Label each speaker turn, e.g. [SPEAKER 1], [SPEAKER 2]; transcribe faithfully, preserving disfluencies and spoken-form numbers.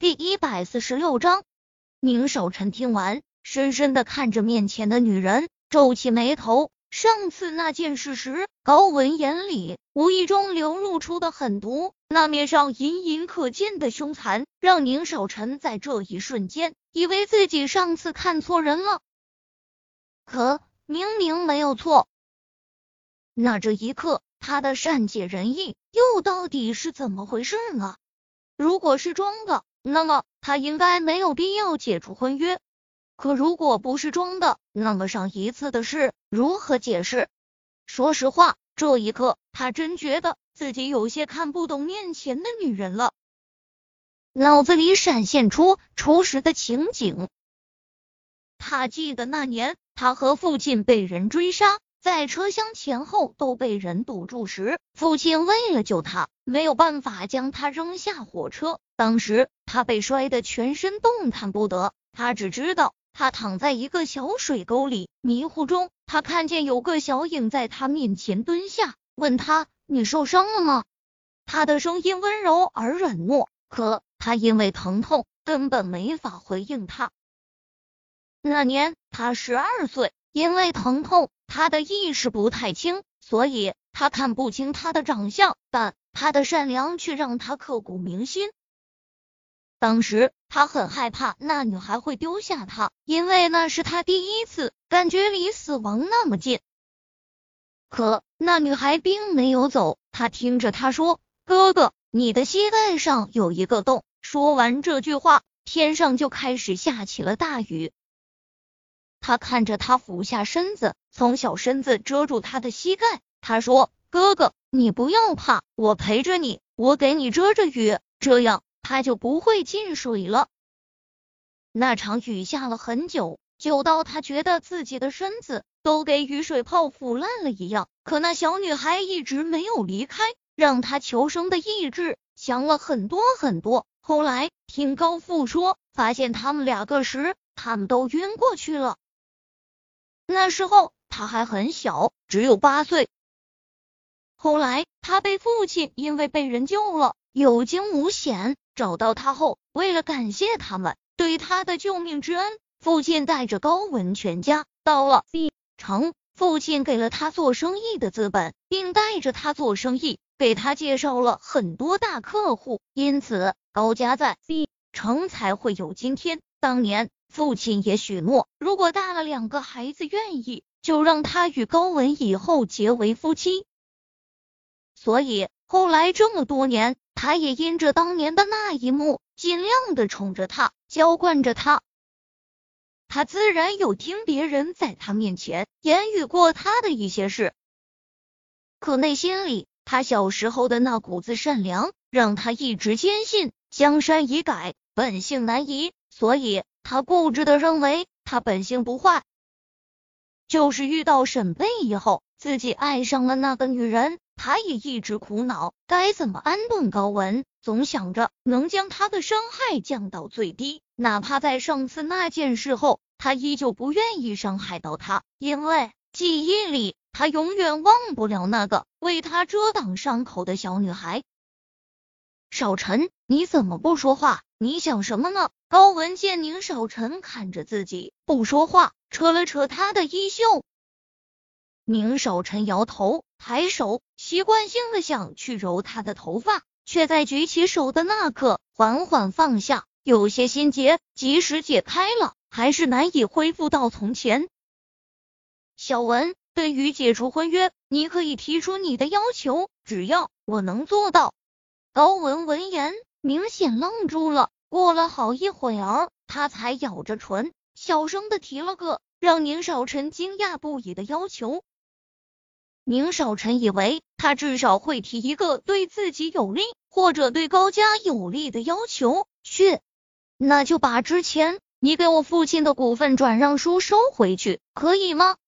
[SPEAKER 1] 第一百四十六章，宁少臣听完，深深的看着面前的女人，皱起眉头。上次那件事时，高文眼里无意中流露出的狠毒，那面上隐隐可见的凶残，让宁少臣在这一瞬间以为自己上次看错人了。可明明没有错，那这一刻他的善解人意又到底是怎么回事呢？如果是装的，那么他应该没有必要解除婚约。可如果不是装的，那么上一次的事如何解释？说实话，这一刻他真觉得自己有些看不懂面前的女人了。脑子里闪现出初时的情景，他记得那年他和父亲被人追杀，在车厢前后都被人堵住时，父亲为了救他，没有办法将他扔下火车。当时他被摔得全身动弹不得，他只知道他躺在一个小水沟里，迷糊中他看见有个小影在他面前蹲下，问他：你受伤了吗？他的声音温柔而软糯，可他因为疼痛根本没法回应他。那年他十二岁，因为疼痛他的意识不太清，所以他看不清他的长相，但他的善良却让他刻骨铭心。当时他很害怕那女孩会丢下他，因为那是他第一次感觉离死亡那么近。可那女孩并没有走，他听着她说：哥哥，你的膝盖上有一个洞。说完这句话，天上就开始下起了大雨。他看着他俯下身子，从小身子遮住他的膝盖。他说：哥哥，你不要怕，我陪着你，我给你遮着雨，这样他就不会进水了。那场雨下了很久，久到他觉得自己的身子都给雨水泡腐烂了一样。可那小女孩一直没有离开，让他求生的意志强了很多很多。后来听高父说，发现他们两个时，他们都晕过去了。那时候他还很小，只有八岁。后来他被父亲因为被人救了，有惊无险，找到他后，为了感谢他们对他的救命之恩，父亲带着高文全家到了 C 城。父亲给了他做生意的资本，并带着他做生意，给他介绍了很多大客户，因此高家在 C 城才会有今天。当年父亲也许诺，如果大了两个孩子愿意，就让他与高文以后结为夫妻。所以后来这么多年，他也因着当年的那一幕，尽量的宠着他，娇惯着他。他自然有听别人在他面前言语过他的一些事，可内心里他小时候的那股子善良，让他一直坚信江山易改，本性难移，所以他固执的认为他本性不坏。就是遇到沈贝以后，自己爱上了那个女人，他也一直苦恼该怎么安顿高文，总想着能将他的伤害降到最低，哪怕在上次那件事后，他依旧不愿意伤害到他，因为记忆里他永远忘不了那个为他遮挡伤口的小女孩。少晨，你怎么不说话？你想什么呢？高文见宁少晨看着自己不说话，扯了扯他的衣袖。宁少晨摇头，抬手习惯性的想去揉他的头发，却在举起手的那刻缓缓放下，有些心结即使解开了，还是难以恢复到从前。小文，对于解除婚约，你可以提出你的要求，只要我能做到。高文闻言明显愣住了，过了好一会儿，他才咬着唇，小声的提了个让宁少臣惊讶不已的要求。宁少臣以为他至少会提一个对自己有利或者对高家有利的要求，去，那就把之前你给我父亲的股份转让书收回去，可以吗？